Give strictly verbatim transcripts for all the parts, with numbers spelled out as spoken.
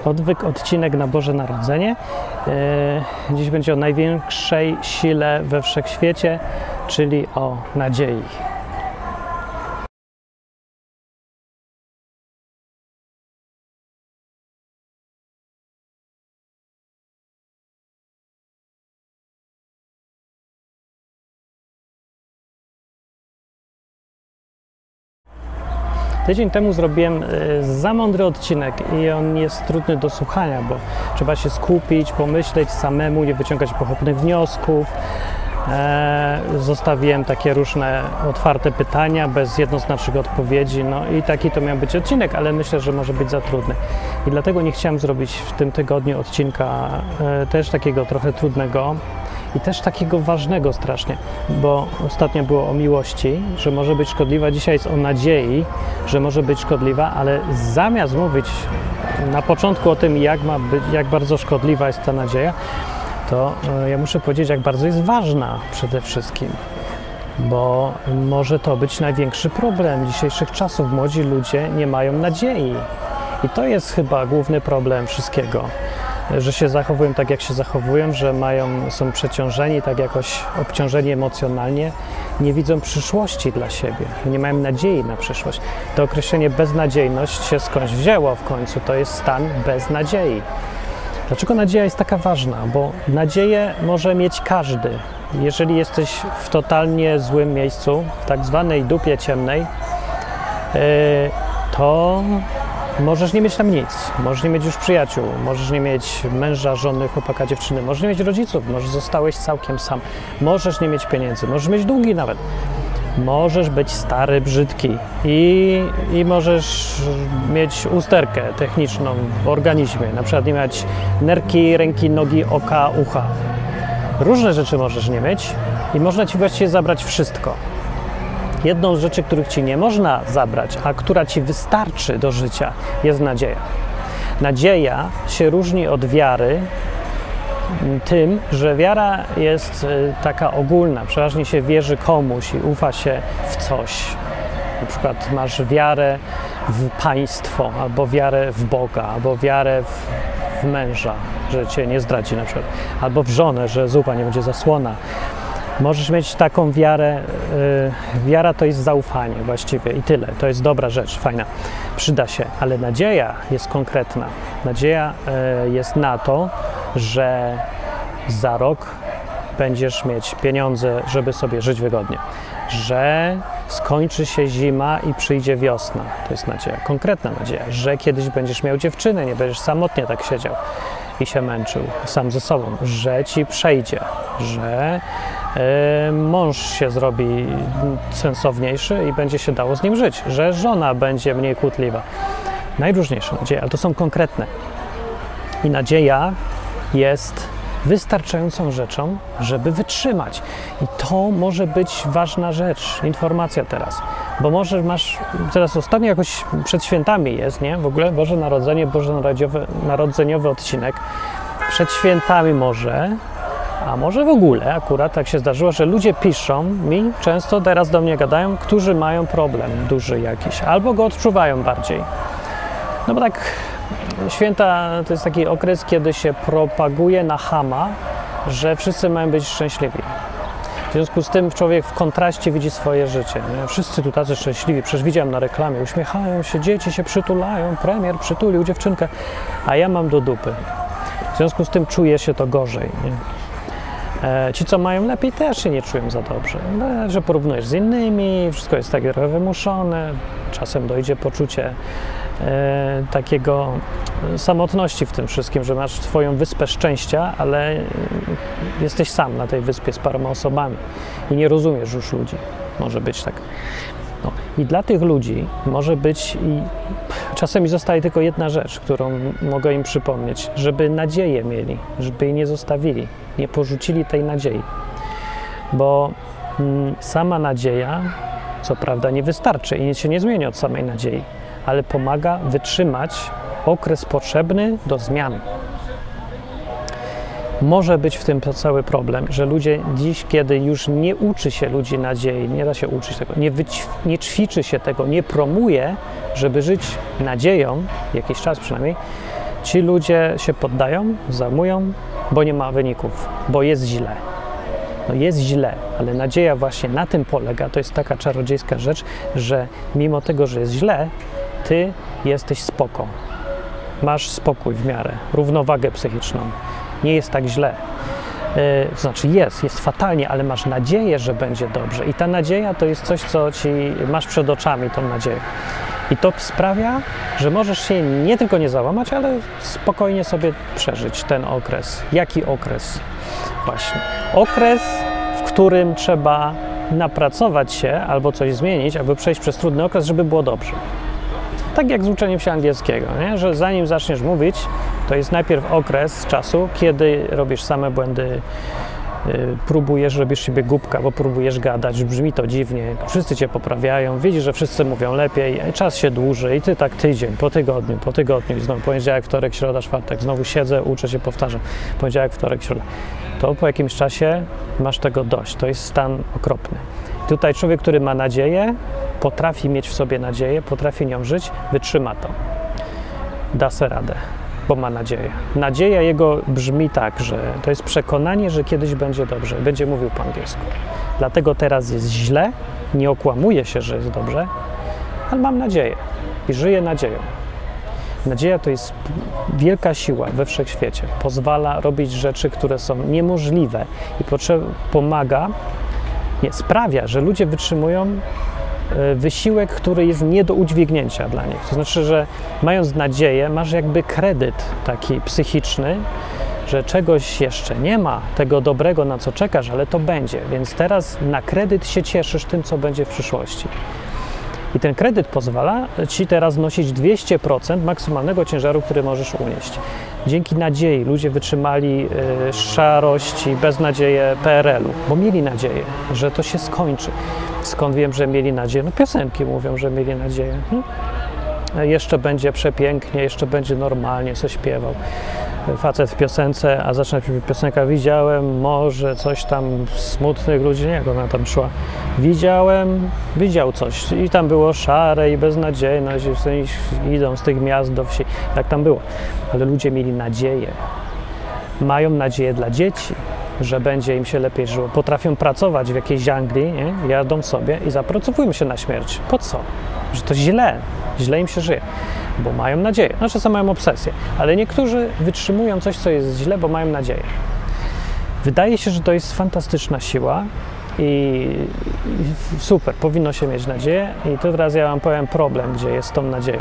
odwyk, odcinek na Boże Narodzenie. Dziś będzie o największej sile we wszechświecie, czyli o nadziei. Tydzień temu zrobiłem za mądry odcinek i on jest trudny do słuchania, bo trzeba się skupić, pomyśleć samemu, nie wyciągać pochopnych wniosków. Eee, zostawiłem takie różne otwarte pytania bez jednoznacznych odpowiedzi, no i taki to miał być odcinek, ale myślę, że może być za trudny. I dlatego nie chciałem zrobić w tym tygodniu odcinka e, też takiego trochę trudnego i też takiego ważnego strasznie, bo ostatnio było o miłości, że może być szkodliwa, dzisiaj jest o nadziei, że może być szkodliwa, ale zamiast mówić na początku o tym, jak ma być, jak bardzo szkodliwa jest ta nadzieja, to ja muszę powiedzieć, jak bardzo jest ważna przede wszystkim, bo może to być największy problem dzisiejszych czasów. Młodzi ludzie nie mają nadziei i to jest chyba główny problem wszystkiego, że się zachowują tak, jak się zachowują, że mają, są przeciążeni, tak jakoś obciążeni emocjonalnie, nie widzą przyszłości dla siebie, nie mają nadziei na przyszłość. To określenie beznadziejność się skądś wzięło w końcu, to jest stan bez nadziei. Dlaczego nadzieja jest taka ważna? Bo nadzieję może mieć każdy. Jeżeli jesteś w totalnie złym miejscu, w tak zwanej dupie ciemnej, to możesz nie mieć tam nic. Możesz nie mieć już przyjaciół, możesz nie mieć męża, żony, chłopaka, dziewczyny, możesz nie mieć rodziców, może zostałeś całkiem sam, możesz nie mieć pieniędzy, możesz mieć długi nawet. Możesz być stary, brzydki i, i możesz mieć usterkę techniczną w organizmie, na przykład nie mieć nerki, ręki, nogi, oka, ucha. Różne rzeczy możesz nie mieć i można ci właściwie zabrać wszystko. Jedną z rzeczy, których ci nie można zabrać, a która ci wystarczy do życia, jest nadzieja. Nadzieja się różni od wiary tym, że wiara jest taka ogólna, przeważnie się wierzy komuś i ufa się w coś. Na przykład masz wiarę w państwo, albo wiarę w Boga, albo wiarę w, w męża, że cię nie zdradzi na przykład, albo w żonę, że zupa nie będzie zasłona. Możesz mieć taką wiarę, yy, wiara to jest zaufanie właściwie i tyle, to jest dobra rzecz, fajna, przyda się, ale nadzieja jest konkretna. Nadzieja yy, jest na to, że za rok będziesz mieć pieniądze, żeby sobie żyć wygodnie, że skończy się zima i przyjdzie wiosna, to jest nadzieja, konkretna nadzieja, że kiedyś będziesz miał dziewczynę, nie będziesz samotnie tak siedział i się męczył sam ze sobą, że ci przejdzie, że yy, mąż się zrobi sensowniejszy i będzie się dało z nim żyć, że żona będzie mniej kłótliwa. Najróżniejsze nadzieje, ale to są konkretne. I nadzieja jest wystarczającą rzeczą, żeby wytrzymać. I to może być ważna rzecz, informacja teraz. Bo może masz, teraz ostatnio jakoś przed świętami jest, nie? W ogóle Boże Narodzenie, Boże Narodzeniowy odcinek. Przed świętami może, a może w ogóle akurat tak się zdarzyło, że ludzie piszą mi, często teraz do mnie gadają, którzy mają problem duży jakiś, albo go odczuwają bardziej. No bo tak, święta to jest taki okres, kiedy się propaguje na chama, że wszyscy mają być szczęśliwi. W związku z tym człowiek w kontraście widzi swoje życie. Nie? Wszyscy tu tacy szczęśliwi, przecież widziałem na reklamie, uśmiechają się, dzieci się przytulają, premier przytulił dziewczynkę, a ja mam do dupy. W związku z tym czuje się to gorzej. Nie? E, ci, co mają lepiej, też się nie czują za dobrze. No, że porównujesz z innymi, wszystko jest takie trochę wymuszone, czasem dojdzie poczucie e, takiego samotności w tym wszystkim, że masz swoją wyspę szczęścia, ale jesteś sam na tej wyspie z paroma osobami i nie rozumiesz już ludzi. Może być tak. No. I dla tych ludzi może być i czasem zostaje tylko jedna rzecz, którą mogę im przypomnieć, żeby nadzieję mieli, żeby jej nie zostawili, nie porzucili tej nadziei. Bo mm, sama nadzieja, co prawda, nie wystarczy i nic się nie zmieni od samej nadziei, ale pomaga wytrzymać okres potrzebny do zmian. Może być w tym cały problem, że ludzie dziś, kiedy już nie uczy się ludzi nadziei, nie da się uczyć tego, nie, wyć, nie ćwiczy się tego, nie promuje, żeby żyć nadzieją, jakiś czas przynajmniej, Ci ludzie się poddają, zamują, bo nie ma wyników, bo jest źle. No jest źle, ale nadzieja właśnie na tym polega, to jest taka czarodziejska rzecz, że mimo tego, że jest źle, ty jesteś spoko. Masz spokój w miarę, równowagę psychiczną. Nie jest tak źle. Yy, to znaczy jest, jest fatalnie, ale masz nadzieję, że będzie dobrze. I ta nadzieja to jest coś, co ci masz przed oczami, tą nadzieję. I to sprawia, że możesz się nie tylko nie załamać, ale spokojnie sobie przeżyć ten okres. Jaki okres? Właśnie. Okres, w którym trzeba napracować się albo coś zmienić, aby przejść przez trudny okres, żeby było dobrze. Tak jak z uczeniem się angielskiego, nie? Że zanim zaczniesz mówić, to jest najpierw okres czasu, kiedy robisz same błędy, yy, próbujesz, robisz siebie głupka, bo próbujesz gadać, brzmi to dziwnie, wszyscy cię poprawiają, widzisz, że wszyscy mówią lepiej, czas się dłuży i ty tak tydzień, po tygodniu, po tygodniu i znowu poniedziałek, wtorek, środa, czwartek, znowu siedzę, uczę się, powtarzam, poniedziałek, wtorek, środa. To po jakimś czasie masz tego dość, to jest stan okropny. Tutaj człowiek, który ma nadzieję, potrafi mieć w sobie nadzieję, potrafi nią żyć, wytrzyma to, da se radę, bo ma nadzieję. Nadzieja jego brzmi tak, że to jest przekonanie, że kiedyś będzie dobrze, będzie mówił po angielsku. Dlatego teraz jest źle, nie okłamuje się, że jest dobrze, ale mam nadzieję i żyję nadzieją. Nadzieja to jest wielka siła we wszechświecie. Pozwala robić rzeczy, które są niemożliwe i pomaga, nie, sprawia, że ludzie wytrzymują wysiłek, który jest nie do udźwignięcia dla nich. To znaczy, że mając nadzieję, masz jakby kredyt taki psychiczny, że czegoś jeszcze nie ma, tego dobrego, na co czekasz, ale to będzie. Więc teraz na kredyt się cieszysz tym, co będzie w przyszłości. I ten kredyt pozwala ci teraz nosić dwieście procent maksymalnego ciężaru, który możesz unieść. Dzięki nadziei ludzie wytrzymali y, szarość i beznadzieję P R L u, bo mieli nadzieję, że to się skończy. Skąd wiem, że mieli nadzieję? No piosenki mówią, że mieli nadzieję. No. Jeszcze będzie przepięknie, jeszcze będzie normalnie, co śpiewał facet w piosence, a zaczyna piosenka widziałem może coś tam smutnych ludzi, nie jak ona tam szła. Widziałem, widział coś i tam było szare i beznadziejność, i idą z tych miast do wsi, tak tam było. Ale ludzie mieli nadzieję. Mają nadzieję dla dzieci, że będzie im się lepiej żyło. Potrafią pracować w jakiejś Anglii, nie? Jadą sobie i zapracowują się na śmierć. Po co? Że to źle, źle im się żyje, bo mają nadzieję. Znaczy, czasem mają obsesję, ale niektórzy wytrzymują coś, co jest źle, bo mają nadzieję. Wydaje się, że to jest fantastyczna siła i, i super, powinno się mieć nadzieję. I tu teraz ja wam powiem problem, gdzie jest tą nadzieją.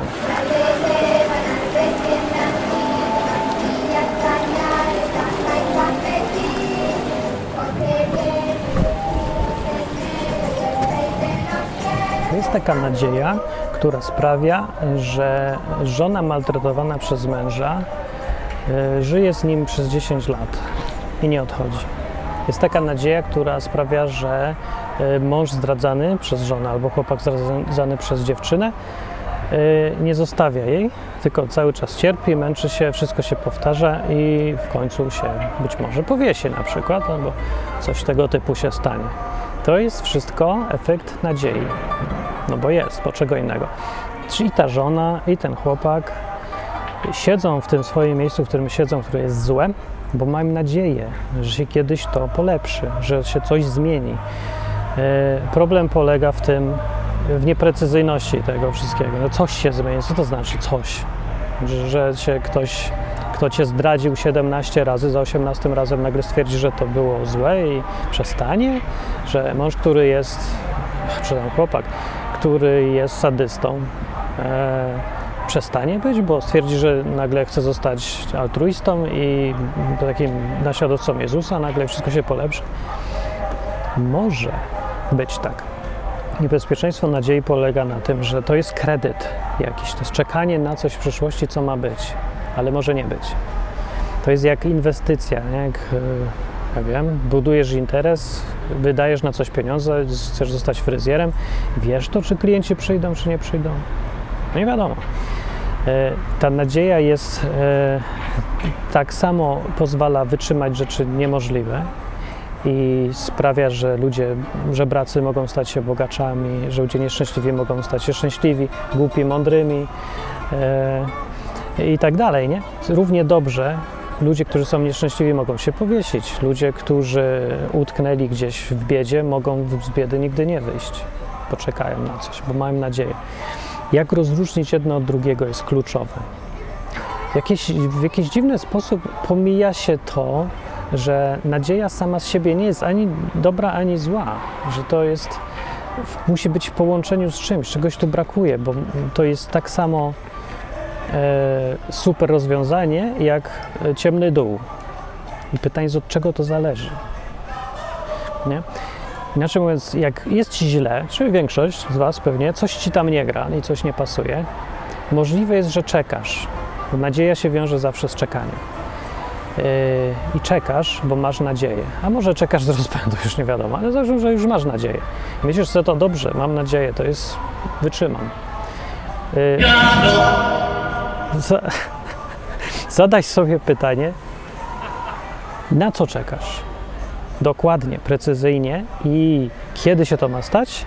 Jest taka nadzieja, która sprawia, że żona maltretowana przez męża y, żyje z nim przez dziesięć lat i nie odchodzi. Jest taka nadzieja, która sprawia, że y, mąż zdradzany przez żonę albo chłopak zdradzany przez dziewczynę y, nie zostawia jej, tylko cały czas cierpi, męczy się, wszystko się powtarza i w końcu się być może powiesi na przykład, albo coś tego typu się stanie. To jest wszystko efekt nadziei. No bo jest, bo czego innego. Czyli ta żona i ten chłopak siedzą w tym swoim miejscu, w którym siedzą, które jest złe, bo mają nadzieję, że się kiedyś to polepszy, że się coś zmieni. Yy, problem polega w tym, w nieprecyzyjności tego wszystkiego. No coś się zmieni. Co to znaczy coś? Że, że się ktoś, kto cię zdradził siedemnaście razy, za osiemnastym razem nagle stwierdzi, że to było złe i przestanie? Że mąż, który jest, czy tam chłopak, który jest sadystą, e, przestanie być, bo stwierdzi, że nagle chce zostać altruistą i takim naśladowcą Jezusa, nagle wszystko się polepszy. Może być tak. Niebezpieczeństwo nadziei polega na tym, że to jest kredyt jakiś, to jest czekanie na coś w przyszłości, co ma być, ale może nie być. To jest jak inwestycja, nie? Jak, ja wiem, budujesz interes, wydajesz na coś pieniądze, chcesz zostać fryzjerem, wiesz to, czy klienci przyjdą, czy nie przyjdą. No nie wiadomo. Ta nadzieja jest, tak samo pozwala wytrzymać rzeczy niemożliwe i sprawia, że ludzie, żebracy mogą stać się bogaczami, że ludzie nieszczęśliwi mogą stać się szczęśliwi, głupi, mądrymi. i tak dalej, nie? Równie dobrze ludzie, którzy są nieszczęśliwi, mogą się powiesić. Ludzie, którzy utknęli gdzieś w biedzie, mogą z biedy nigdy nie wyjść. Poczekają na coś, bo mają nadzieję. Jak rozróżnić jedno od drugiego jest kluczowe. Jakieś, w jakiś dziwny sposób pomija się to, że nadzieja sama z siebie nie jest ani dobra, ani zła. Że to jest, musi być w połączeniu z czymś, czegoś tu brakuje, bo to jest tak samo e, super rozwiązanie, jak ciemny dół. I pytanie jest, od czego to zależy. Nie? Inaczej mówiąc, jak jest ci źle, czyli większość z was pewnie, coś ci tam nie gra i coś nie pasuje, możliwe jest, że czekasz. Nadzieja się wiąże zawsze z czekaniem. Yy, I czekasz, bo masz nadzieję. A może czekasz z rozpędu, już nie wiadomo, ale załóżmy, że już masz nadzieję. Myślisz, że to dobrze, mam nadzieję, to jest, wytrzymam. Yy, za, zadaj sobie pytanie, na co czekasz? Dokładnie, precyzyjnie i kiedy się to ma stać?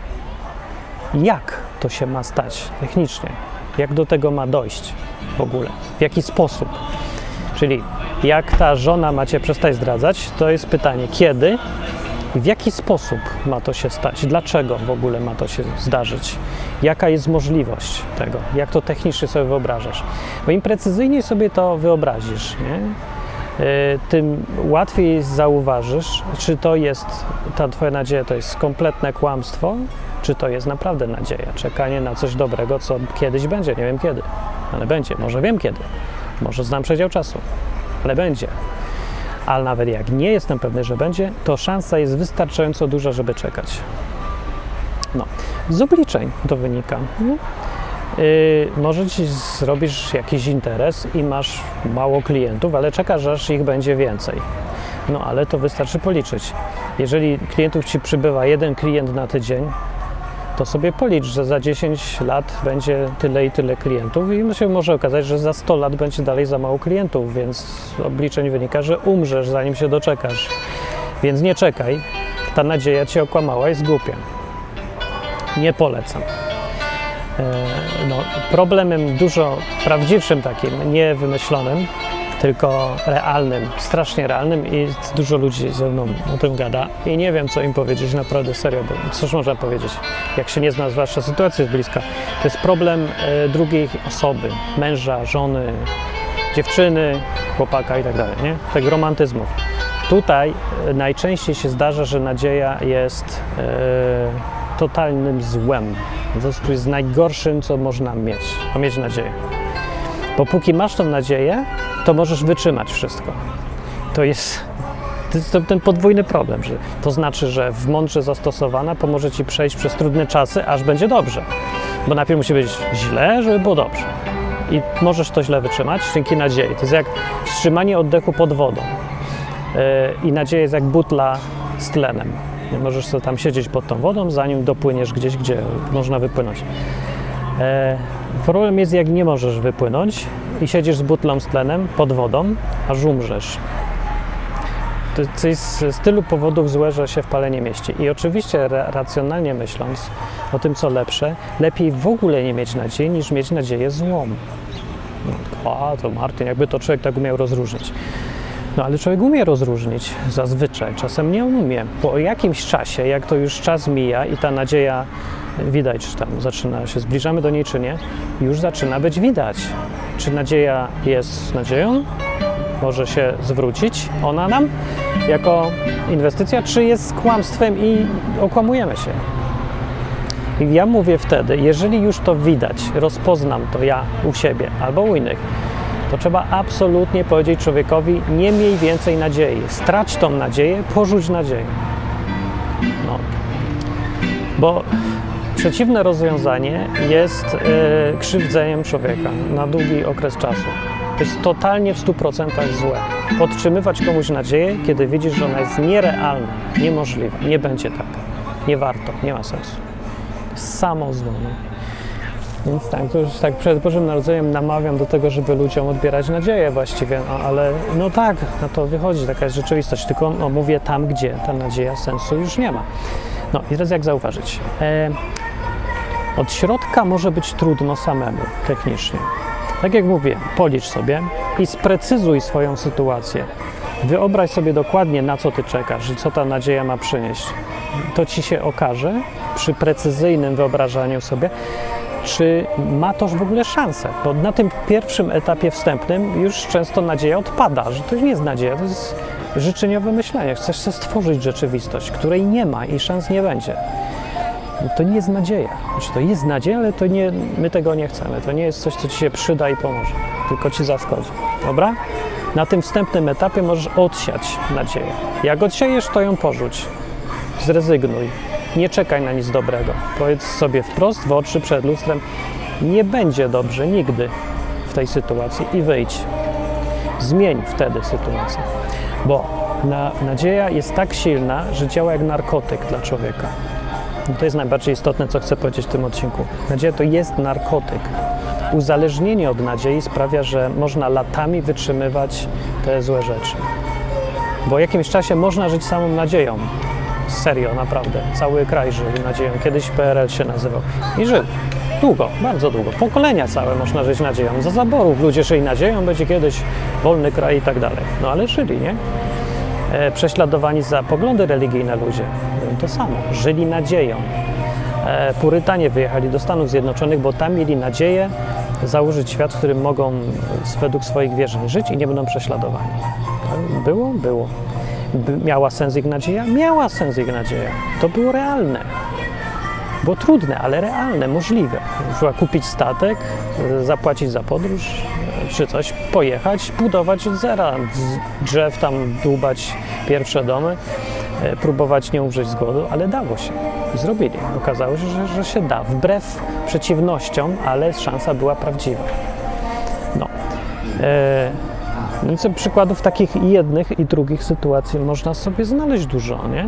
Jak to się ma stać technicznie? Jak do tego ma dojść w ogóle? W jaki sposób? Czyli jak ta żona ma cię przestać zdradzać, to jest pytanie, kiedy i w jaki sposób ma to się stać? Dlaczego w ogóle ma to się zdarzyć? Jaka jest możliwość tego? Jak to technicznie sobie wyobrażasz? Bo im precyzyjniej sobie to wyobrazisz, nie? Tym łatwiej zauważysz, czy to jest, ta twoja nadzieja to jest kompletne kłamstwo, czy to jest naprawdę nadzieja, czekanie na coś dobrego, co kiedyś będzie, nie wiem kiedy, ale będzie, może wiem kiedy, może znam przedział czasu, ale będzie. Ale nawet jak nie jestem pewny, że będzie, to szansa jest wystarczająco duża, żeby czekać. No, z obliczeń to wynika. No. Yy, może ci zrobisz jakiś interes i masz mało klientów, ale czekasz, aż ich będzie więcej. No ale to wystarczy policzyć. Jeżeli klientów ci przybywa jeden klient na tydzień, to sobie policz, że za dziesięć lat będzie tyle i tyle klientów i się może okazać, że za sto lat będzie dalej za mało klientów, więc z obliczeń wynika, że umrzesz, zanim się doczekasz. Więc nie czekaj, ta nadzieja cię okłamała, jest głupia. Nie polecam. No, problemem dużo prawdziwszym takim, nie wymyślonym, tylko realnym, strasznie realnym i dużo ludzi ze mną o tym gada i nie wiem, co im powiedzieć, naprawdę serio, bo cóż można powiedzieć, jak się nie zna, zwłaszcza sytuacja jest bliska. To jest problem e, drugiej osoby, męża, żony, dziewczyny, chłopaka i tak dalej, nie? Tego romantyzmów. Tutaj e, najczęściej się zdarza, że nadzieja jest e, totalnym złem. Po prostu jest najgorszym, co można mieć, a mieć nadzieję. Bo póki masz tą nadzieję, to możesz wytrzymać wszystko. To jest, to jest ten podwójny problem, że to znaczy, że w mądrze zastosowana pomoże ci przejść przez trudne czasy, aż będzie dobrze. Bo najpierw musi być źle, żeby było dobrze. I możesz to źle wytrzymać dzięki nadziei. To jest jak wstrzymanie oddechu pod wodą. Yy, I nadzieja jest jak butla z tlenem. Możesz sobie tam siedzieć pod tą wodą, zanim dopłyniesz gdzieś, gdzie można wypłynąć. E, problem jest, jak nie możesz wypłynąć i siedzisz z butlą z tlenem pod wodą, aż umrzesz. To jest z tylu powodów złe, że się w pale nie mieści. I oczywiście ra- racjonalnie myśląc o tym, co lepsze, lepiej w ogóle nie mieć nadziei, niż mieć nadzieję złą. No, a to Martin, jakby to człowiek tak umiał rozróżnić. No ale człowiek umie rozróżnić zazwyczaj, czasem nie umie. Po jakimś czasie, jak to już czas mija i ta nadzieja widać, czy tam zaczyna się, zbliżamy do niej, czy nie, już zaczyna być widać. Czy nadzieja jest nadzieją? Może się zwrócić ona nam jako inwestycja, czy jest kłamstwem i okłamujemy się? I ja mówię wtedy, jeżeli już to widać, rozpoznam to ja u siebie albo u innych, to trzeba absolutnie powiedzieć człowiekowi, nie miej więcej nadziei. Strać tą nadzieję, porzuć nadzieję. No. Bo przeciwne rozwiązanie jest yy, krzywdzeniem człowieka na długi okres czasu. To jest totalnie w stu procentach złe. Podtrzymywać komuś nadzieję, kiedy widzisz, że ona jest nierealna, niemożliwa, nie będzie taka. Nie warto, nie ma sensu. Samo zło. Więc tak, to już tak przed Bożym Narodzeniem namawiam do tego, żeby ludziom odbierać nadzieję właściwie, no, ale no tak, na to wychodzi, taka jest rzeczywistość, tylko no, mówię tam, gdzie ta nadzieja sensu już nie ma. No i teraz jak zauważyć? E, od środka może być trudno samemu, technicznie. Tak jak mówię, policz sobie i sprecyzuj swoją sytuację. Wyobraź sobie dokładnie, na co ty czekasz i co ta nadzieja ma przynieść. To ci się okaże przy precyzyjnym wyobrażaniu sobie, czy ma to w ogóle szansę. Bo na tym pierwszym etapie wstępnym już często nadzieja odpada, że to nie jest nadzieja, to jest życzeniowe myślenie. Chcesz sobie stworzyć rzeczywistość, której nie ma i szans nie będzie. To nie jest nadzieja. Znaczy, to jest nadzieja, ale to nie, my tego nie chcemy. To nie jest coś, co ci się przyda i pomoże, tylko ci zaszkodzi. Dobra? Na tym wstępnym etapie możesz odsiać nadzieję. Jak odsiejesz, to ją porzuć. Zrezygnuj. Nie czekaj na nic dobrego. Powiedz sobie wprost w oczy przed lustrem: nie będzie dobrze nigdy w tej sytuacji i wyjdź. Zmień wtedy sytuację. Bo na, nadzieja jest tak silna, że działa jak narkotyk dla człowieka. I to jest najbardziej istotne, co chcę powiedzieć w tym odcinku. Nadzieja to jest narkotyk. Uzależnienie od nadziei sprawia, że można latami wytrzymywać te złe rzeczy. Bo w jakimś czasie można żyć samą nadzieją. Serio, naprawdę. Cały kraj żył nadzieją. Kiedyś P R L się nazywał. I żył. Długo, bardzo długo. Pokolenia całe można żyć nadzieją. Za zaborów ludzie żyli nadzieją, będzie kiedyś wolny kraj i tak dalej. No ale żyli, nie? E, prześladowani za poglądy religijne ludzie. To samo. Żyli nadzieją. E, Purytanie wyjechali do Stanów Zjednoczonych, bo tam mieli nadzieję założyć świat, w którym mogą według swoich wierzeń żyć i nie będą prześladowani. Tak? Było? Było. Miała sens ich nadzieja? Miała sens ich nadzieja. To było realne. Było trudne, ale realne, możliwe. Trzeba kupić statek, zapłacić za podróż, czy coś, pojechać, budować od zera, z drzew tam dłubać pierwsze domy, próbować nie umrzeć z głodu, ale dało się. Zrobili. Okazało się, że, że się da. Wbrew przeciwnościom, ale szansa była prawdziwa. No. E Więc przykładów takich jednych i drugich sytuacji można sobie znaleźć dużo, nie?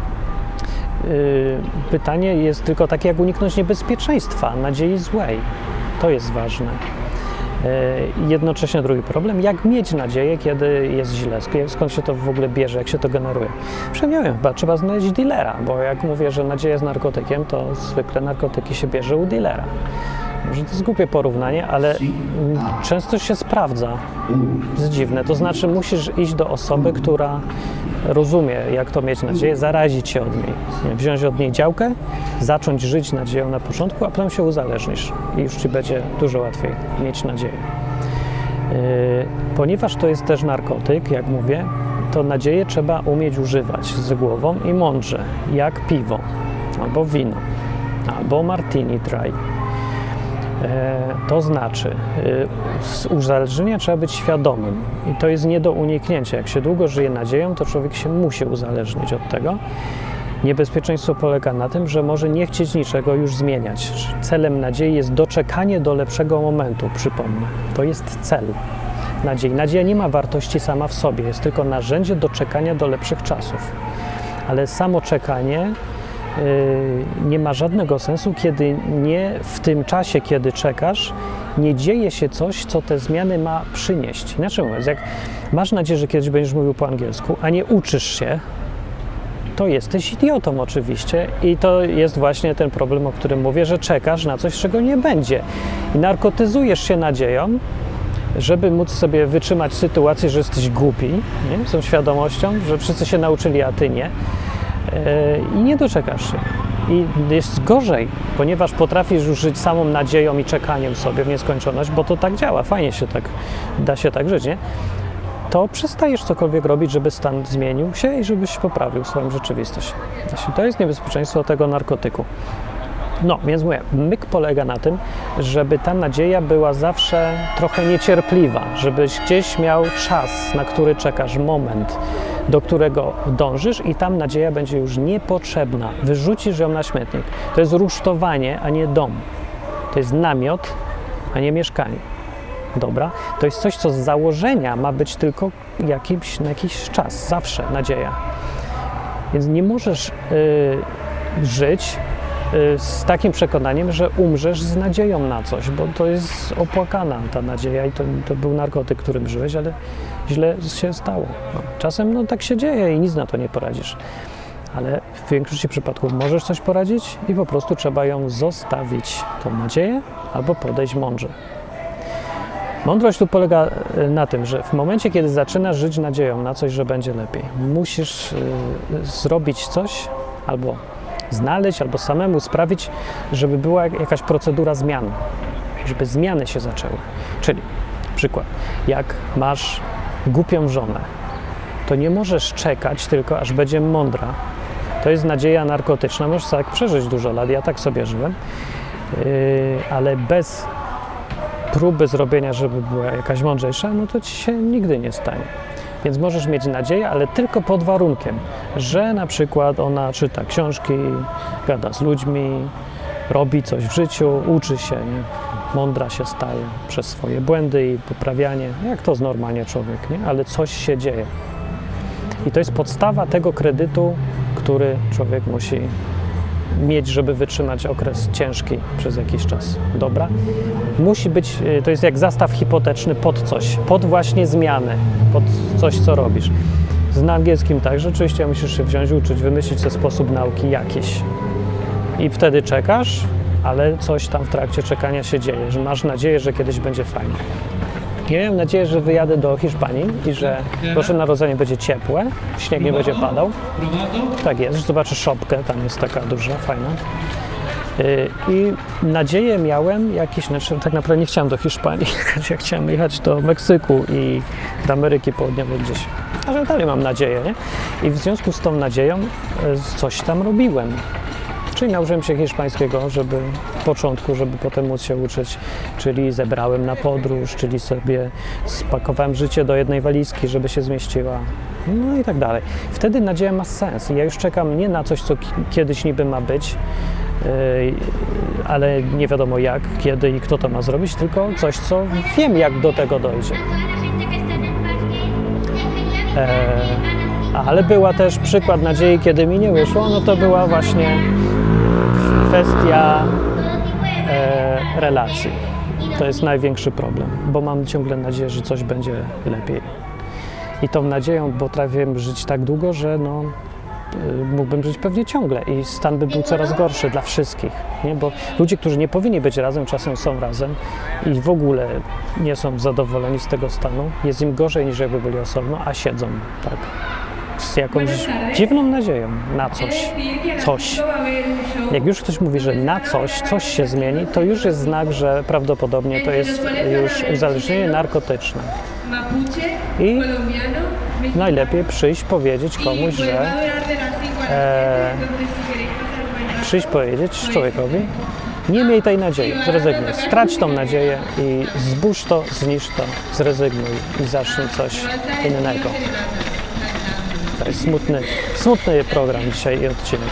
Pytanie jest tylko takie, jak uniknąć niebezpieczeństwa, nadziei złej. To jest ważne. Jednocześnie drugi problem, jak mieć nadzieję, kiedy jest źle, skąd się to w ogóle bierze, jak się to generuje. Przynajmniej nie wiem, chyba trzeba znaleźć dealera, bo jak mówię, że nadzieja jest narkotykiem, to zwykle narkotyki się bierze u dealera. Może to jest głupie porównanie, ale często się sprawdza. To jest dziwne. To znaczy musisz iść do osoby, która rozumie, jak to mieć nadzieję, zarazić się od niej. Wziąć od niej działkę, zacząć żyć nadzieją na początku, a potem się uzależnisz i już ci będzie dużo łatwiej mieć nadzieję. Yy, ponieważ to jest też narkotyk, jak mówię, to nadzieję trzeba umieć używać z głową i mądrze, jak piwo, albo wino, albo martini dry. To znaczy, z uzależnienia trzeba być świadomym i to jest nie do uniknięcia. Jak się długo żyje nadzieją, to człowiek się musi uzależnić od tego. Niebezpieczeństwo polega na tym, że może nie chcieć niczego już zmieniać. Celem nadziei jest doczekanie do lepszego momentu, przypomnę. To jest cel nadziei. Nadzieja nie ma wartości sama w sobie, jest tylko narzędzie do czekania do lepszych czasów. Ale samo czekanie nie ma żadnego sensu, kiedy nie w tym czasie, kiedy czekasz, nie dzieje się coś, co te zmiany ma przynieść. Inaczej mówiąc, jak masz nadzieję, że kiedyś będziesz mówił po angielsku, a nie uczysz się, to jesteś idiotą oczywiście i to jest właśnie ten problem, o którym mówię, że czekasz na coś, czego nie będzie i narkotyzujesz się nadzieją, żeby móc sobie wytrzymać sytuację, że jesteś głupi, nie? Z tą świadomością, że wszyscy się nauczyli, a ty nie. I nie doczekasz się. I jest gorzej, ponieważ potrafisz już żyć samą nadzieją i czekaniem sobie w nieskończoność, bo to tak działa, fajnie się tak, da się tak żyć, nie? To przestajesz cokolwiek robić, żeby stan zmienił się i żebyś poprawił swoją rzeczywistość. To jest niebezpieczeństwo tego narkotyku. No, więc mówię, myk polega na tym, żeby ta nadzieja była zawsze trochę niecierpliwa, żebyś gdzieś miał czas, na który czekasz, moment, do którego dążysz i tam nadzieja będzie już niepotrzebna. Wyrzucisz ją na śmietnik. To jest rusztowanie, a nie dom. To jest namiot, a nie mieszkanie. Dobra? To jest coś, co z założenia ma być tylko jakimś, na jakiś czas. Zawsze nadzieja. Więc nie możesz yy, żyć yy, z takim przekonaniem, że umrzesz z nadzieją na coś, bo to jest opłakana ta nadzieja i to, to był narkotyk, którym żyłeś, ale źle się stało. No, czasem no, tak się dzieje i nic na to nie poradzisz. Ale w większości przypadków możesz coś poradzić i po prostu trzeba ją zostawić, tą nadzieję, albo podejść mądrze. Mądrość tu polega na tym, że w momencie, kiedy zaczynasz żyć nadzieją na coś, że będzie lepiej, musisz y, zrobić coś albo znaleźć, albo samemu sprawić, żeby była jakaś procedura zmian, żeby zmiany się zaczęły. Czyli przykład, jak masz głupią żonę, to nie możesz czekać tylko, aż będzie mądra. To jest nadzieja narkotyczna, możesz tak przeżyć dużo lat, ja tak sobie żyłem, yy, ale bez próby zrobienia, żeby była jakaś mądrzejsza, no to ci się nigdy nie stanie. Więc możesz mieć nadzieję, ale tylko pod warunkiem, że na przykład ona czyta książki, gada z ludźmi, robi coś w życiu, uczy się, nie? Mądra się staje przez swoje błędy i poprawianie, jak to z normalnie człowiek, nie? Ale coś się dzieje. I to jest podstawa tego kredytu, który człowiek musi mieć, żeby wytrzymać okres ciężki przez jakiś czas. Dobra? Musi być, to jest jak zastaw hipoteczny pod coś, pod właśnie zmianę, pod coś, co robisz. Z angielskim tak, rzeczywiście musisz się wziąć, uczyć, wymyślić sobie sposób nauki jakiś. I wtedy czekasz, ale coś tam w trakcie czekania się dzieje, że masz nadzieję, że kiedyś będzie fajnie. Ja mam nadzieję, że wyjadę do Hiszpanii i że Boże Narodzenie będzie ciepłe, śnieg nie będzie padał. Tak jest, że zobaczę szopkę, tam jest taka duża, fajna. I nadzieję miałem jakieś, znaczy tak naprawdę nie chciałem do Hiszpanii, ja chciałem jechać do Meksyku i do Ameryki Południowej gdzieś. Ale dalej mam nadzieję, nie? I w związku z tą nadzieją coś tam robiłem. Czyli nauczyłem się hiszpańskiego, żeby w początku, żeby potem móc się uczyć, czyli zebrałem na podróż, czyli sobie spakowałem życie do jednej walizki, żeby się zmieściła, no i tak dalej. Wtedy nadzieja ma sens i ja już czekam nie na coś, co kiedyś niby ma być, yy, ale nie wiadomo jak, kiedy i kto to ma zrobić, tylko coś, co wiem, jak do tego dojdzie. Eee, ale była też przykład nadziei, kiedy mi nie wyszło, no to była właśnie kwestia e, relacji. To jest największy problem, bo mam ciągle nadzieję, że coś będzie lepiej. I tą nadzieją potrafię żyć tak długo, że no, y, mógłbym żyć pewnie ciągle i stan by był coraz gorszy dla wszystkich, nie? Bo ludzie, którzy nie powinni być razem, czasem są razem i w ogóle nie są zadowoleni z tego stanu. Jest im gorzej niż jakby byli osobno, a siedzą tak. Z jakąś dziwną nadzieją na coś, coś. Jak już ktoś mówi, że na coś, coś się zmieni, to już jest znak, że prawdopodobnie to jest już uzależnienie narkotyczne. I najlepiej przyjść powiedzieć komuś, że e, przyjść powiedzieć człowiekowi, nie miej tej nadziei, zrezygnuj, strać tą nadzieję i zbóż to, zniszcz to, zrezygnuj i zacznij coś innego. To jest smutny, smutny program dzisiaj i odcinek.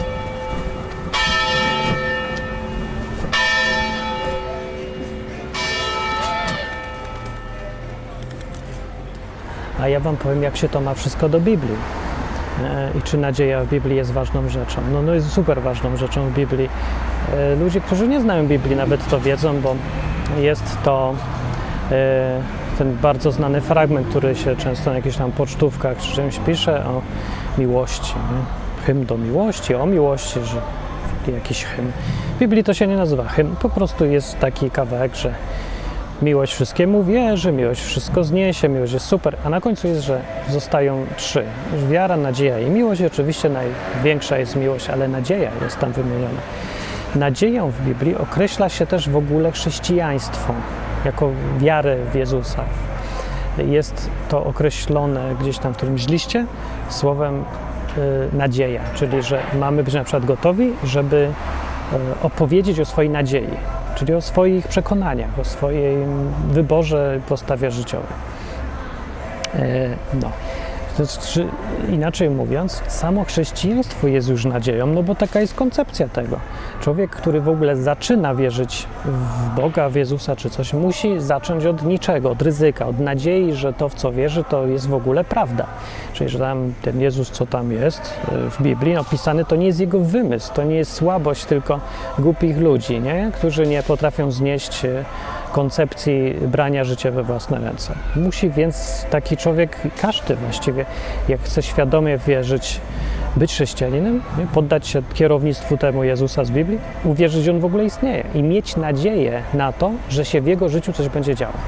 A ja wam powiem, jak się to ma wszystko do Biblii. E, I czy nadzieja w Biblii jest ważną rzeczą. No, no jest super ważną rzeczą w Biblii. E, ludzie, którzy nie znają Biblii, nawet to wiedzą, bo jest to e, ten bardzo znany fragment, który się często na jakichś tam pocztówkach czy czymś pisze o miłości. Nie? Hymn do miłości, o miłości, że jakiś hymn. W Biblii to się nie nazywa hymn, po prostu jest taki kawałek, że miłość wszystkiemu wierzy, miłość wszystko zniesie, miłość jest super, a na końcu jest, że zostają trzy. Wiara, nadzieja i miłość. I oczywiście największa jest miłość, ale nadzieja jest tam wymieniona. Nadzieją w Biblii określa się też w ogóle chrześcijaństwo, jako wiarę w Jezusa. Jest to określone gdzieś tam w którymś liście słowem y, nadzieja, czyli że mamy być na przykład gotowi, żeby y, opowiedzieć o swojej nadziei, czyli o swoich przekonaniach, o swojej wyborze, postawie życiowej. Y, no. To znaczy, inaczej mówiąc, samo chrześcijaństwo jest już nadzieją, no bo taka jest koncepcja tego. Człowiek, który w ogóle zaczyna wierzyć w Boga, w Jezusa czy coś, musi zacząć od niczego, od ryzyka, od nadziei, że to, w co wierzy, to jest w ogóle prawda. Czyli, że tam ten Jezus, co tam jest w Biblii opisany, to nie jest jego wymysł, to nie jest słabość tylko głupich ludzi, nie? Którzy nie potrafią znieść koncepcji brania życia we własne ręce. Musi więc taki człowiek, każdy właściwie, jak chce świadomie wierzyć, być chrześcijaninem, nie? Poddać się kierownictwu temu Jezusa z Biblii, uwierzyć, że On w ogóle istnieje i mieć nadzieję na to, że się w jego życiu coś będzie działo.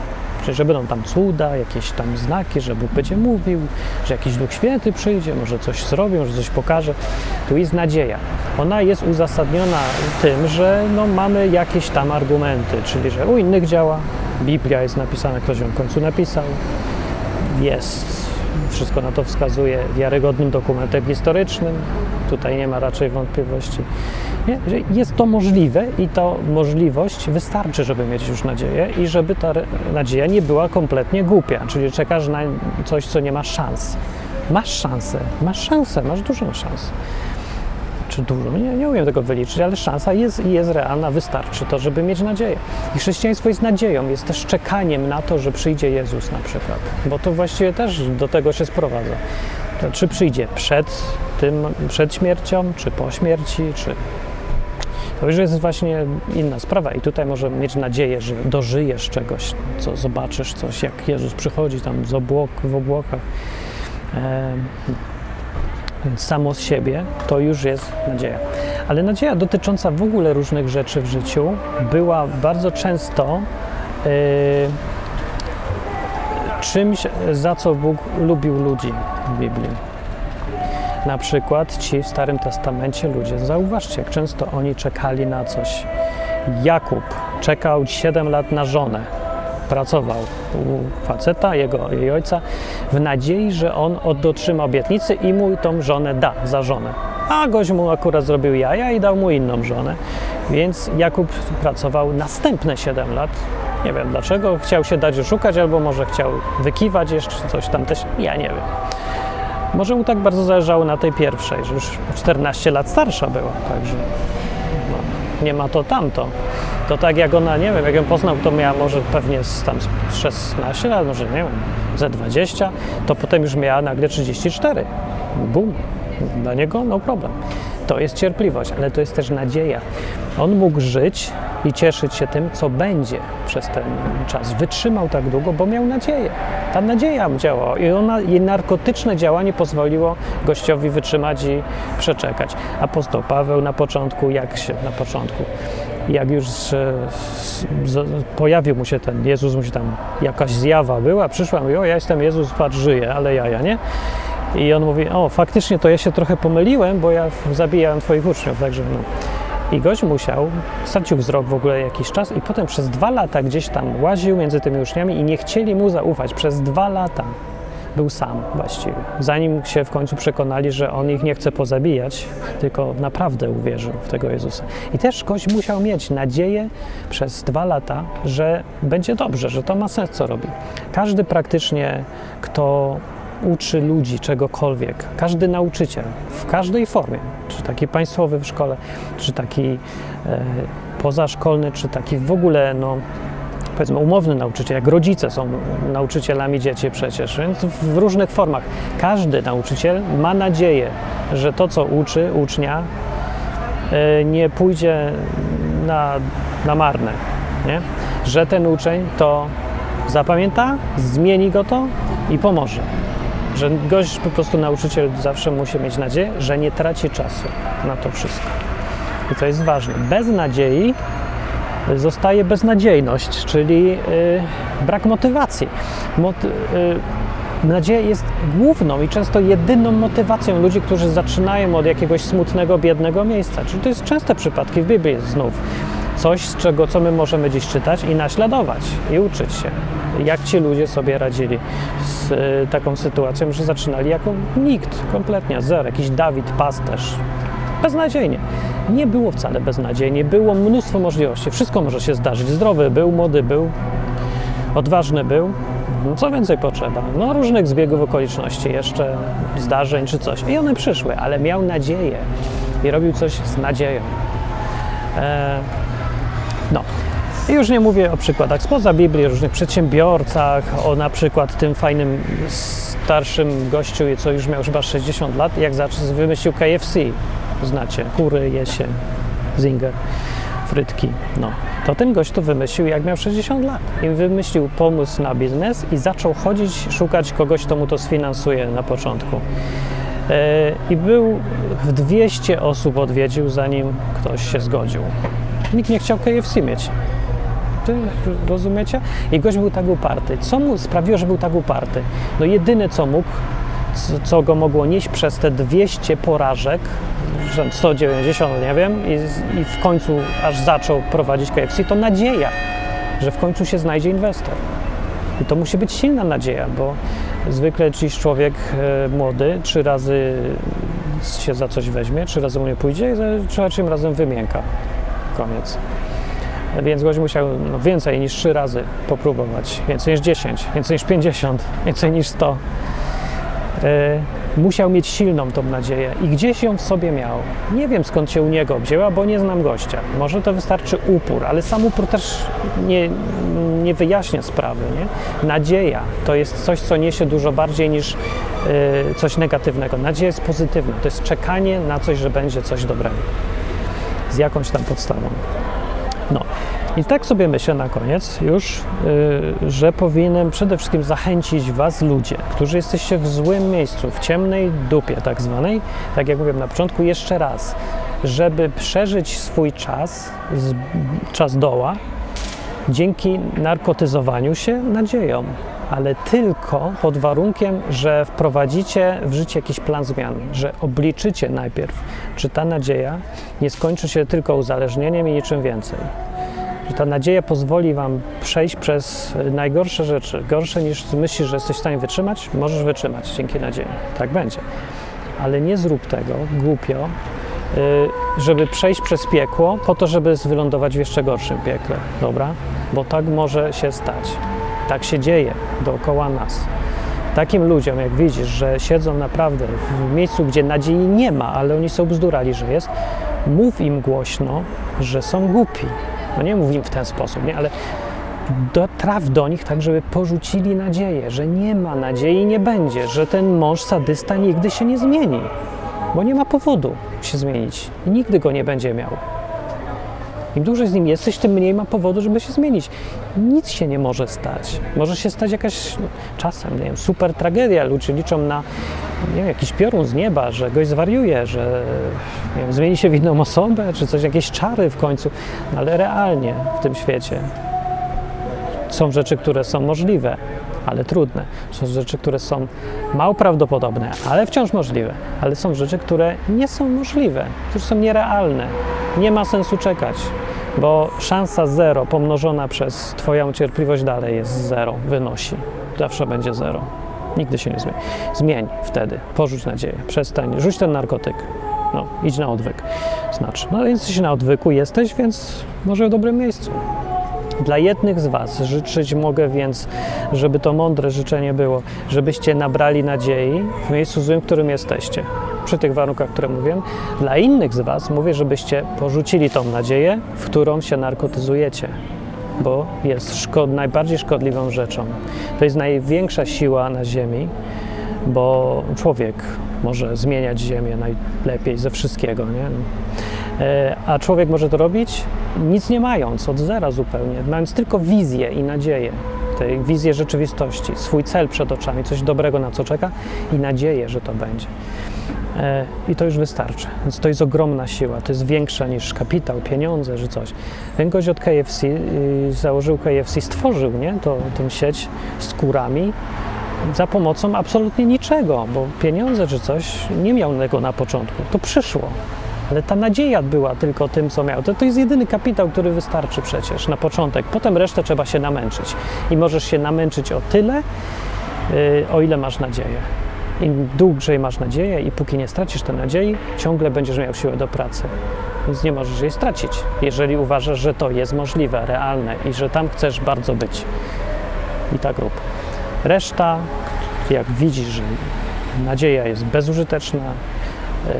Czyli, że będą tam cuda, jakieś tam znaki, że Bóg będzie mówił, że jakiś Duch Święty przyjdzie, może coś zrobią, że coś pokaże. Tu jest nadzieja. Ona jest uzasadniona tym, że no, mamy jakieś tam argumenty, czyli, że u innych działa, Biblia jest napisana, ktoś ją w końcu napisał, jest, wszystko na to wskazuje, wiarygodnym dokumentem historycznym, tutaj nie ma raczej wątpliwości. Nie? Jest to możliwe i ta możliwość wystarczy, żeby mieć już nadzieję i żeby ta nadzieja nie była kompletnie głupia, czyli czekasz na coś, co nie ma szans. Masz szansę, masz szansę, masz dużą szansę. Czy dużo? Nie, nie umiem tego wyliczyć, ale szansa jest i jest realna, wystarczy to, żeby mieć nadzieję. I chrześcijaństwo jest nadzieją, jest też czekaniem na to, że przyjdzie Jezus na przykład, bo to właściwie też do tego się sprowadza. To czy przyjdzie przed tym, przed śmiercią, czy po śmierci, czy... To już jest właśnie inna sprawa i tutaj może mieć nadzieję, że dożyjesz czegoś, co zobaczysz coś, jak Jezus przychodzi tam z obłok, w obłokach. E, Więc samo z siebie to już jest nadzieja. Ale nadzieja dotycząca w ogóle różnych rzeczy w życiu była bardzo często yy, czymś, za co Bóg lubił ludzi w Biblii. Na przykład ci w Starym Testamencie ludzie, zauważcie, jak często oni czekali na coś. Jakub czekał siedem lat na żonę. Pracował u faceta, jego, jej ojca, w nadziei, że on dotrzyma obietnicy i mu tą żonę da za żonę. A gość mu akurat zrobił jaja i dał mu inną żonę. Więc Jakub pracował następne siedem lat. Nie wiem dlaczego, chciał się dać oszukać, albo może chciał wykiwać jeszcze coś tam też, ja nie wiem. Może mu tak bardzo zależało na tej pierwszej, że już czternaście lat starsza była, także no, nie ma to tamto. To tak jak ona, nie wiem, jak ją poznał, to miała może pewnie z tam szesnaście lat, może nie wiem, ze dwadzieścia, to potem już miała nagle trzydzieści cztery. Bum, dla niego no problem. To jest cierpliwość, ale to jest też nadzieja. On mógł żyć i cieszyć się tym, co będzie przez ten czas. Wytrzymał tak długo, bo miał nadzieję. Ta nadzieja mu działała i ona, jej narkotyczne działanie pozwoliło gościowi wytrzymać i przeczekać. Apostoł Paweł na początku, jak się na początku, jak już z, z, pojawił mu się ten Jezus, mu się tam jakaś zjawa była, przyszła, mówi, o ja jestem Jezus, patrz, żyję, ale ja, ja nie. I on mówi, o faktycznie to ja się trochę pomyliłem, bo ja zabijałem twoich uczniów, także no. I gość musiał, stracił wzrok w ogóle jakiś czas i potem przez dwa lata gdzieś tam łaził między tymi uczniami i nie chcieli mu zaufać. Przez dwa lata był sam właściwie. Zanim się w końcu przekonali, że on ich nie chce pozabijać, tylko naprawdę uwierzył w tego Jezusa. I też gość musiał mieć nadzieję przez dwa lata, że będzie dobrze, że to ma sens, co robi. Każdy praktycznie, kto uczy ludzi czegokolwiek, każdy nauczyciel w każdej formie, czy taki państwowy w szkole, czy taki e, pozaszkolny, czy taki w ogóle, no powiedzmy umowny nauczyciel, jak rodzice są nauczycielami dzieci przecież, więc w różnych formach. Każdy nauczyciel ma nadzieję, że to, co uczy ucznia, e, nie pójdzie na, na marne, nie? Że ten uczeń to zapamięta, zmieni go to i pomoże. Że gość, po prostu nauczyciel zawsze musi mieć nadzieję, że nie traci czasu na to wszystko. I to jest ważne. Bez nadziei zostaje beznadziejność, czyli yy, brak motywacji. Mot, yy, nadzieja jest główną i często jedyną motywacją ludzi, którzy zaczynają od jakiegoś smutnego, biednego miejsca. Czyli to jest częste przypadki w Biblii znów. Coś, z czego, co my możemy dziś czytać i naśladować i uczyć się, jak ci ludzie sobie radzili z y, taką sytuacją, że zaczynali jako nikt, kompletnie zero, jakiś Dawid, pasterz, beznadziejnie. Nie było wcale beznadziejnie, było mnóstwo możliwości, wszystko może się zdarzyć, zdrowy był, młody był, odważny był, no co więcej potrzeba, no różnych zbiegów okoliczności, jeszcze zdarzeń czy coś i one przyszły, ale miał nadzieję i robił coś z nadzieją. E, No i już nie mówię o przykładach spoza Biblii, o różnych przedsiębiorcach, o na przykład tym fajnym starszym gościu, co już miał chyba sześćdziesiąt lat, jak wymyślił K F C, znacie, kury je się, zinger, frytki, no. To ten gość to wymyślił, jak miał sześćdziesiąt lat i wymyślił pomysł na biznes i zaczął chodzić, szukać kogoś, kto mu to sfinansuje na początku. I był, w dwieście osób odwiedził, zanim ktoś się zgodził. Nikt nie chciał K F C mieć. Ty, rozumiecie? I gość był tak uparty. Co mu sprawiło, że był tak uparty? No jedyne co mógł, co, co go mogło nieść przez te dwieście porażek, sto dziewięćdziesiąt, nie wiem, i, i w końcu aż zaczął prowadzić K F C, to nadzieja, że w końcu się znajdzie inwestor. I to musi być silna nadzieja, bo zwykle czyjś człowiek e, młody trzy razy się za coś weźmie, trzy razy mu nie pójdzie i za trzecim razem wymięka. Koniec. Więc gość musiał no, więcej niż trzy razy popróbować, więcej niż dziesięć, więcej niż pięćdziesiąt, więcej niż sto. E, musiał mieć silną tą nadzieję i gdzieś ją w sobie miał. Nie wiem, skąd się u niego wzięła, bo nie znam gościa. Może to wystarczy upór, ale sam upór też nie, nie wyjaśnia sprawy. Nie? Nadzieja to jest coś, co niesie dużo bardziej niż e, coś negatywnego. Nadzieja jest pozytywna. To jest czekanie na coś, że będzie coś dobrego. Z jakąś tam podstawą. No i tak sobie myślę na koniec już, yy, że powinienem przede wszystkim zachęcić was, ludzie, którzy jesteście w złym miejscu, w ciemnej dupie tak zwanej, tak jak mówiłem na początku, jeszcze raz, żeby przeżyć swój czas, z, czas doła, dzięki narkotyzowaniu się nadzieją, ale tylko pod warunkiem, że wprowadzicie w życie jakiś plan zmian, że obliczycie najpierw, czy ta nadzieja nie skończy się tylko uzależnieniem i niczym więcej. Że ta nadzieja pozwoli wam przejść przez najgorsze rzeczy, gorsze niż myślisz, że jesteś w stanie wytrzymać, możesz wytrzymać dzięki nadziei. Tak będzie. Ale nie zrób tego głupio, żeby przejść przez piekło po to, żeby wylądować w jeszcze gorszym piekle, dobra? Bo tak może się stać. Tak się dzieje dookoła nas. Takim ludziom, jak widzisz, że siedzą naprawdę w miejscu, gdzie nadziei nie ma, ale oni są bzdurali, że jest, mów im głośno, że są głupi. No nie mów im w ten sposób, nie? Ale dotraf do nich tak, żeby porzucili nadzieję, że nie ma nadziei i nie będzie, że ten mąż sadysta nigdy się nie zmieni, bo nie ma powodu się zmienić i nigdy go nie będzie miał. Im dłużej z nim jesteś, tym mniej ma powodu, żeby się zmienić. Nic się nie może stać. Może się stać jakaś, no, czasem, nie wiem, super tragedia. Ludzie liczą na, nie wiem, jakiś piorun z nieba, że goś zwariuje, że nie wiem, zmieni się w inną osobę, czy coś, jakieś czary w końcu. No, ale realnie w tym świecie są rzeczy, które są możliwe, ale trudne. Są rzeczy, które są mało prawdopodobne, ale wciąż możliwe. Ale są rzeczy, które nie są możliwe, które są nierealne. Nie ma sensu czekać, bo szansa zero pomnożona przez twoją cierpliwość dalej jest zero, wynosi. Zawsze będzie zero. Nigdy się nie zmieni. Zmień wtedy, porzuć nadzieję, przestań, rzuć ten narkotyk. No, idź na odwyk. Znaczy, no więc jesteś na odwyku, jesteś, więc może w dobrym miejscu. Dla jednych z was życzyć mogę więc, żeby to mądre życzenie było, żebyście nabrali nadziei w miejscu złym, w którym jesteście. Przy tych warunkach, które mówiłem. Dla innych z was mówię, żebyście porzucili tą nadzieję, w którą się narkotyzujecie, bo jest szkod, najbardziej szkodliwą rzeczą. To jest największa siła na ziemi, bo człowiek może zmieniać ziemię najlepiej ze wszystkiego, nie? A człowiek może to robić nic nie mając, od zera zupełnie, mając tylko wizję i nadzieję, tej wizję rzeczywistości, swój cel przed oczami, coś dobrego, na co czeka i nadzieję, że to będzie. I to już wystarczy. Więc to jest ogromna siła, to jest większa niż kapitał, pieniądze, czy coś. Ten gość od K F C założył K F C, stworzył, nie, to, tą sieć z kurami za pomocą absolutnie niczego, bo pieniądze czy coś nie miał tego na początku, to przyszło. Ale ta nadzieja była tylko tym, co miał. To, to jest jedyny kapitał, który wystarczy przecież na początek. Potem resztę trzeba się namęczyć. I możesz się namęczyć o tyle, yy, o ile masz nadzieję. Im dłużej masz nadzieję i póki nie stracisz tej nadziei, ciągle będziesz miał siłę do pracy. Więc nie możesz jej stracić, jeżeli uważasz, że to jest możliwe, realne i że tam chcesz bardzo być. I tak rób. Reszta, jak widzisz, że nadzieja jest bezużyteczna, yy,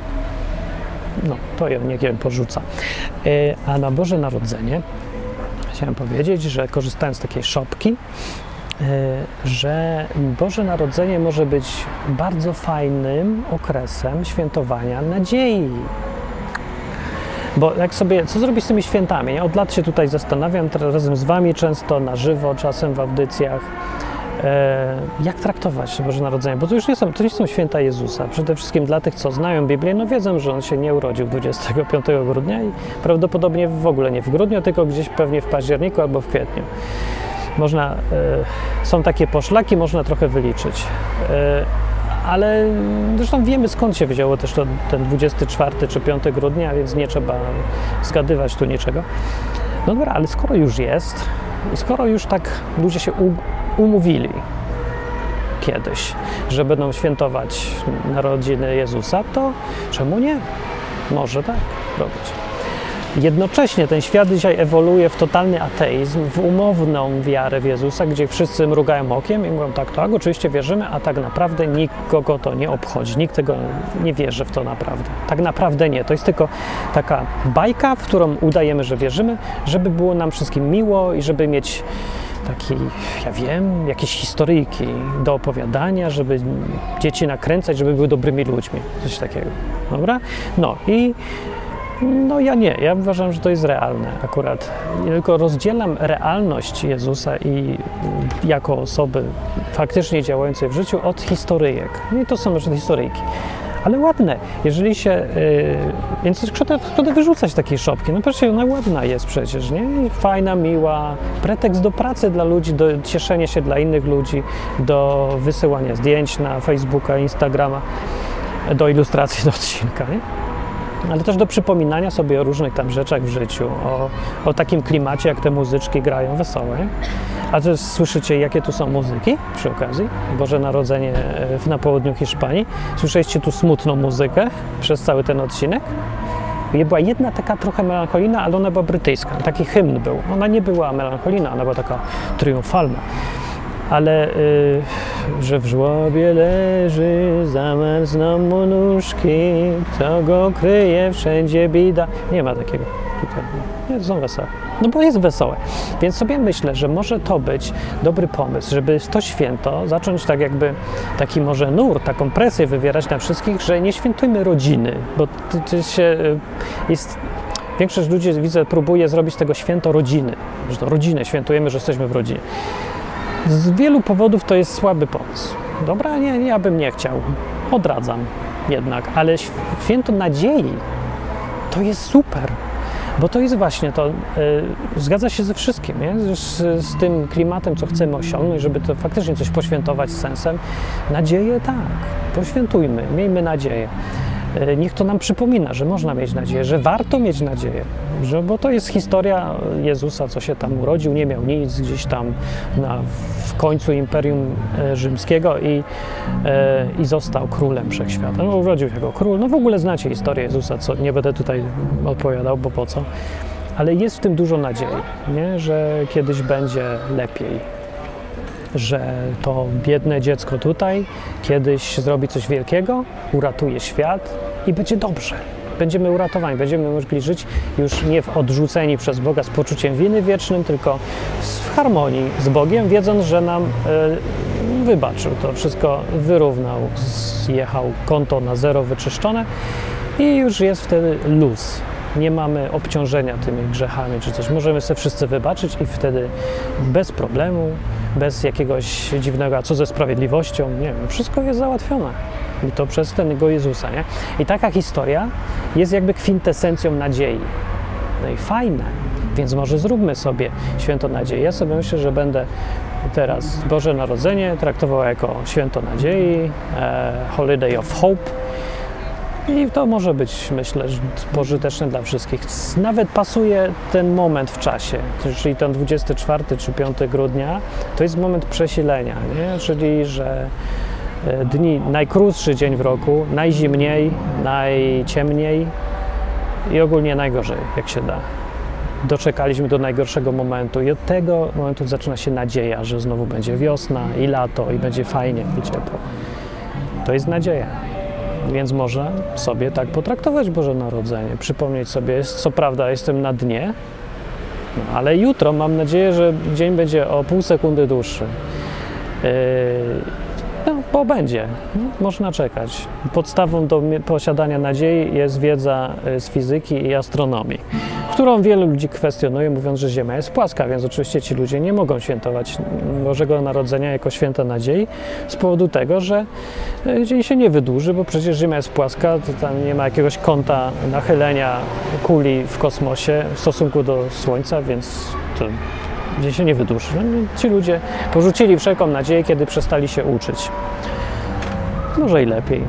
no, to ją niech ją porzuca. A na Boże Narodzenie chciałem powiedzieć, że korzystając z takiej szopki, że Boże Narodzenie może być bardzo fajnym okresem świętowania nadziei. Bo jak sobie, co zrobić z tymi świętami? Od lat się tutaj zastanawiam, teraz razem z wami często, na żywo, czasem w audycjach. E, jak traktować Boże Narodzenie? Bo to już nie są, to nie są święta Jezusa. Przede wszystkim dla tych, co znają Biblię, no wiedzą, że On się nie urodził dwudziestego piątego grudnia i prawdopodobnie w ogóle nie w grudniu, tylko gdzieś pewnie w październiku albo w kwietniu. Można, e, są takie poszlaki, można trochę wyliczyć. E, ale zresztą wiemy, skąd się wzięło też to, ten dwudziestego czwartego czy piątego grudnia, więc nie trzeba zgadywać tu niczego. No dobra, ale skoro już jest i skoro już tak ludzie się u, umówili kiedyś, że będą świętować narodziny Jezusa, to czemu nie? Może tak robić. Jednocześnie ten świat dzisiaj ewoluuje w totalny ateizm, w umowną wiarę w Jezusa, gdzie wszyscy mrugają okiem i mówią tak, tak, oczywiście wierzymy, a tak naprawdę nikogo to nie obchodzi, nikt tego nie wierzy w to naprawdę. Tak naprawdę nie, to jest tylko taka bajka, w którą udajemy, że wierzymy, żeby było nam wszystkim miło i żeby mieć taki, ja wiem, jakieś historyjki do opowiadania, żeby dzieci nakręcać, żeby były dobrymi ludźmi, coś takiego, dobra? No i No ja nie, ja uważam, że to jest realne akurat. Tylko rozdzielam realność Jezusa i jako osoby faktycznie działającej w życiu od historyjek. No i to są już historyjki. Ale ładne, jeżeli się, yy, więc szkoda, szkoda wyrzucać takiej szopki. No patrzcie, ona ładna jest przecież, nie? Fajna, miła, pretekst do pracy dla ludzi, do cieszenia się dla innych ludzi, do wysyłania zdjęć na Facebooka, Instagrama, do ilustracji do odcinka, nie? Ale też do przypominania sobie o różnych tam rzeczach w życiu, o, o takim klimacie, jak te muzyczki grają, wesołe. A też słyszycie, jakie tu są muzyki przy okazji? Boże Narodzenie na południu Hiszpanii. Słyszeliście tu smutną muzykę przez cały ten odcinek? Była jedna taka trochę melancholijna, ale ona była brytyjska. Taki hymn był. Ona nie była melancholijna, ona była taka triumfalna. Ale, y, że w żłobie leży, zamarzną mu nóżki, kto go kryje, wszędzie bida. Nie ma takiego tutaj. Nie, to są wesołe. No bo jest wesołe. Więc sobie myślę, że może to być dobry pomysł, żeby w to święto zacząć tak jakby taki może nurt, taką presję wywierać na wszystkich, że nie świętujmy rodziny, bo to, to się jest... Większość ludzi, widzę, próbuje zrobić z tego święto rodziny, że to rodzinę świętujemy, że jesteśmy w rodzinie. Z wielu powodów to jest słaby pomysł. Dobra, nie, ja bym nie chciał. Odradzam jednak, ale święto nadziei to jest super, bo to jest właśnie to, yy, zgadza się ze wszystkim, nie? Z, z tym klimatem, co chcemy osiągnąć, żeby to faktycznie coś poświętować z sensem. Nadzieję tak, poświętujmy, miejmy nadzieję. Niech to nam przypomina, że można mieć nadzieję, że warto mieć nadzieję, że, bo to jest historia Jezusa, co się tam urodził, nie miał nic, gdzieś tam na, w końcu Imperium Rzymskiego i, e, i został królem wszechświata. No, urodził się jako król, no w ogóle znacie historię Jezusa, co nie będę tutaj odpowiadał, bo po co, ale jest w tym dużo nadziei, nie? Że kiedyś będzie lepiej. Że to biedne dziecko tutaj kiedyś zrobi coś wielkiego, uratuje świat i będzie dobrze. Będziemy uratowani, będziemy mogli żyć już nie w odrzuceni przez Boga z poczuciem winy wiecznym, tylko w harmonii z Bogiem, wiedząc, że nam y, wybaczył to wszystko, wyrównał, zjechał konto na zero wyczyszczone i już jest wtedy luz. Nie mamy obciążenia tymi grzechami czy coś. Możemy sobie wszyscy wybaczyć i wtedy bez problemu, bez jakiegoś dziwnego, a co ze sprawiedliwością, nie wiem, wszystko jest załatwione. I to przez tego Jezusa, nie? I taka historia jest jakby kwintesencją nadziei. No i fajne, więc może zróbmy sobie święto nadziei. Ja sobie myślę, że będę teraz Boże Narodzenie traktował jako święto nadziei, e, Holiday of Hope. I to może być, myślę, pożyteczne dla wszystkich. Nawet pasuje ten moment w czasie, czyli ten dwudziestego czwartego czy piątego grudnia, to jest moment przesilenia, nie? Czyli że dni, najkrótszy dzień w roku, najzimniej, najciemniej i ogólnie najgorzej, jak się da. Doczekaliśmy do najgorszego momentu i od tego momentu zaczyna się nadzieja, że znowu będzie wiosna i lato i będzie fajnie i ciepło. To jest nadzieja. Więc można sobie tak potraktować Boże Narodzenie, przypomnieć sobie, jest, co prawda jestem na dnie, no, ale jutro mam nadzieję, że dzień będzie o pół sekundy dłuższy. Yy, No, bo będzie. Można czekać. Podstawą do posiadania nadziei jest wiedza z fizyki i astronomii, którą wielu ludzi kwestionuje, mówiąc, że Ziemia jest płaska, więc oczywiście ci ludzie nie mogą świętować Bożego Narodzenia jako święta nadziei z powodu tego, że dzień się nie wydłuży, bo przecież Ziemia jest płaska, to tam nie ma jakiegoś kąta nachylenia kuli w kosmosie w stosunku do Słońca, więc to gdzie się nie wydłuży. No, ci ludzie porzucili wszelką nadzieję, kiedy przestali się uczyć. Może i lepiej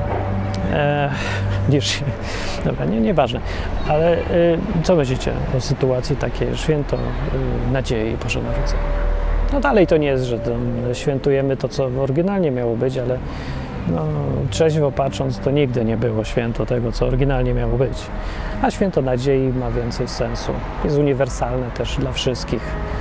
e, niż się. Dobra, nie, nieważne. Ale y, co myślicie o sytuacji takiej, święto y, nadziei Bożego Narodzenia? No dalej to nie jest, że to świętujemy to, co oryginalnie miało być, ale no, trzeźwo patrząc, to nigdy nie było święto tego, co oryginalnie miało być. A święto nadziei ma więcej sensu. Jest uniwersalne też dla wszystkich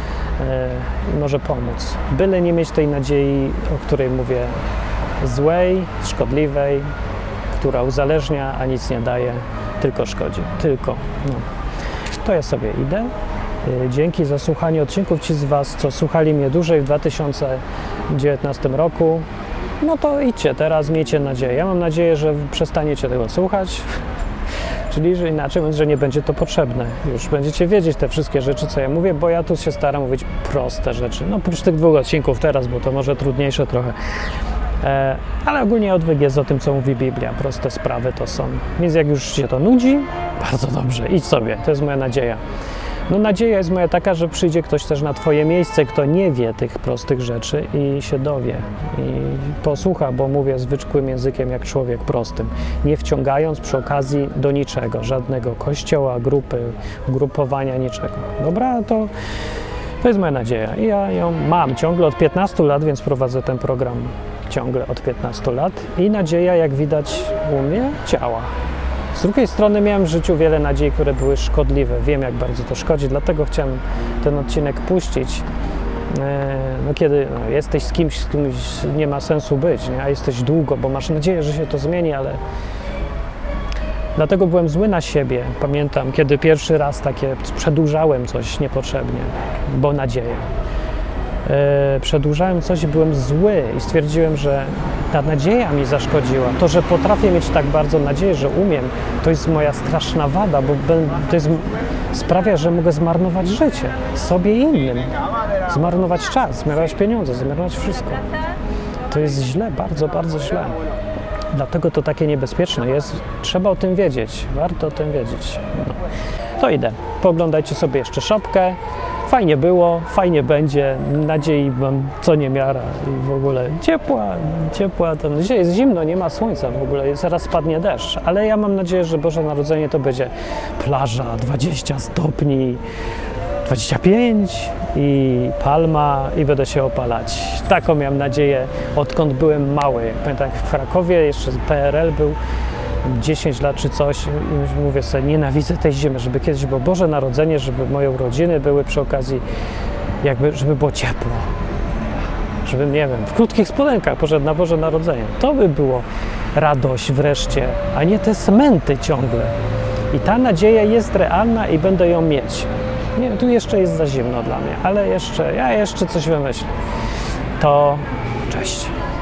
i może pomóc. Byle nie mieć tej nadziei, o której mówię, złej, szkodliwej, która uzależnia, a nic nie daje, tylko szkodzi. Tylko. No. To ja sobie idę. Dzięki za słuchanie odcinków. Ci z Was, co słuchali mnie dłużej w dwa tysiące dziewiętnastym roku, no to idźcie teraz, miejcie nadzieję. Ja mam nadzieję, że przestaniecie tego słuchać, czyli że inaczej mówiąc, że nie będzie to potrzebne. Już będziecie wiedzieć te wszystkie rzeczy, co ja mówię, bo ja tu się staram mówić proste rzeczy. No oprócz tych dwóch odcinków teraz, bo to może trudniejsze trochę. E, ale ogólnie odwyk jest o tym, co mówi Biblia. Proste sprawy to są. Więc jak już się to nudzi, bardzo dobrze, idź sobie. To jest moja nadzieja. No nadzieja jest moja taka, że przyjdzie ktoś też na Twoje miejsce, kto nie wie tych prostych rzeczy i się dowie i posłucha, bo mówię zwykłym językiem jak człowiek prostym, nie wciągając przy okazji do niczego, żadnego kościoła, grupy, ugrupowania, niczego. Dobra, to, to jest moja nadzieja i ja ją mam ciągle od piętnastu lat, więc prowadzę ten program ciągle od piętnastu lat i nadzieja, jak widać u mnie, działa. Z drugiej strony miałem w życiu wiele nadziei, które były szkodliwe. Wiem, jak bardzo to szkodzi, dlatego chciałem ten odcinek puścić. No, kiedy no, jesteś z kimś, z kimś nie ma sensu być, nie? A jesteś długo, bo masz nadzieję, że się to zmieni, ale dlatego byłem zły na siebie. Pamiętam, kiedy pierwszy raz takie przedłużałem coś niepotrzebnie, bo nadzieję. Yy, przedłużałem coś i byłem zły i stwierdziłem, że ta nadzieja mi zaszkodziła. To, że potrafię mieć tak bardzo nadzieję, że umiem, to jest moja straszna wada, bo to jest, sprawia, że mogę zmarnować życie sobie i innym. Zmarnować czas, zmarnować pieniądze, zmarnować wszystko. To jest źle, bardzo, bardzo źle. Dlatego to takie niebezpieczne jest. Trzeba o tym wiedzieć, warto o tym wiedzieć. No. To idę. Pooglądajcie sobie jeszcze szopkę. Fajnie było, fajnie będzie, nadziei mam co niemiara i w ogóle ciepła, ciepła, to dzisiaj jest zimno, nie ma słońca w ogóle, zaraz spadnie deszcz, ale ja mam nadzieję, że Boże Narodzenie to będzie plaża, dwadzieścia stopni, dwadzieścia pięć i palma i będę się opalać. Taką miałem nadzieję, odkąd byłem mały. Pamiętam, jak w Krakowie jeszcze P R L był, dziesięć lat czy coś i mówię sobie, nienawidzę tej zimy, żeby kiedyś było Boże Narodzenie, żeby moje urodziny były przy okazji, jakby, żeby było ciepło. Żebym, nie wiem, w krótkich spodenkach poszedł na Boże Narodzenie. To by było radość wreszcie, a nie te smęty ciągle. I ta nadzieja jest realna i będę ją mieć. Nie, tu jeszcze jest za zimno dla mnie, ale jeszcze, ja jeszcze coś wymyślę. To cześć.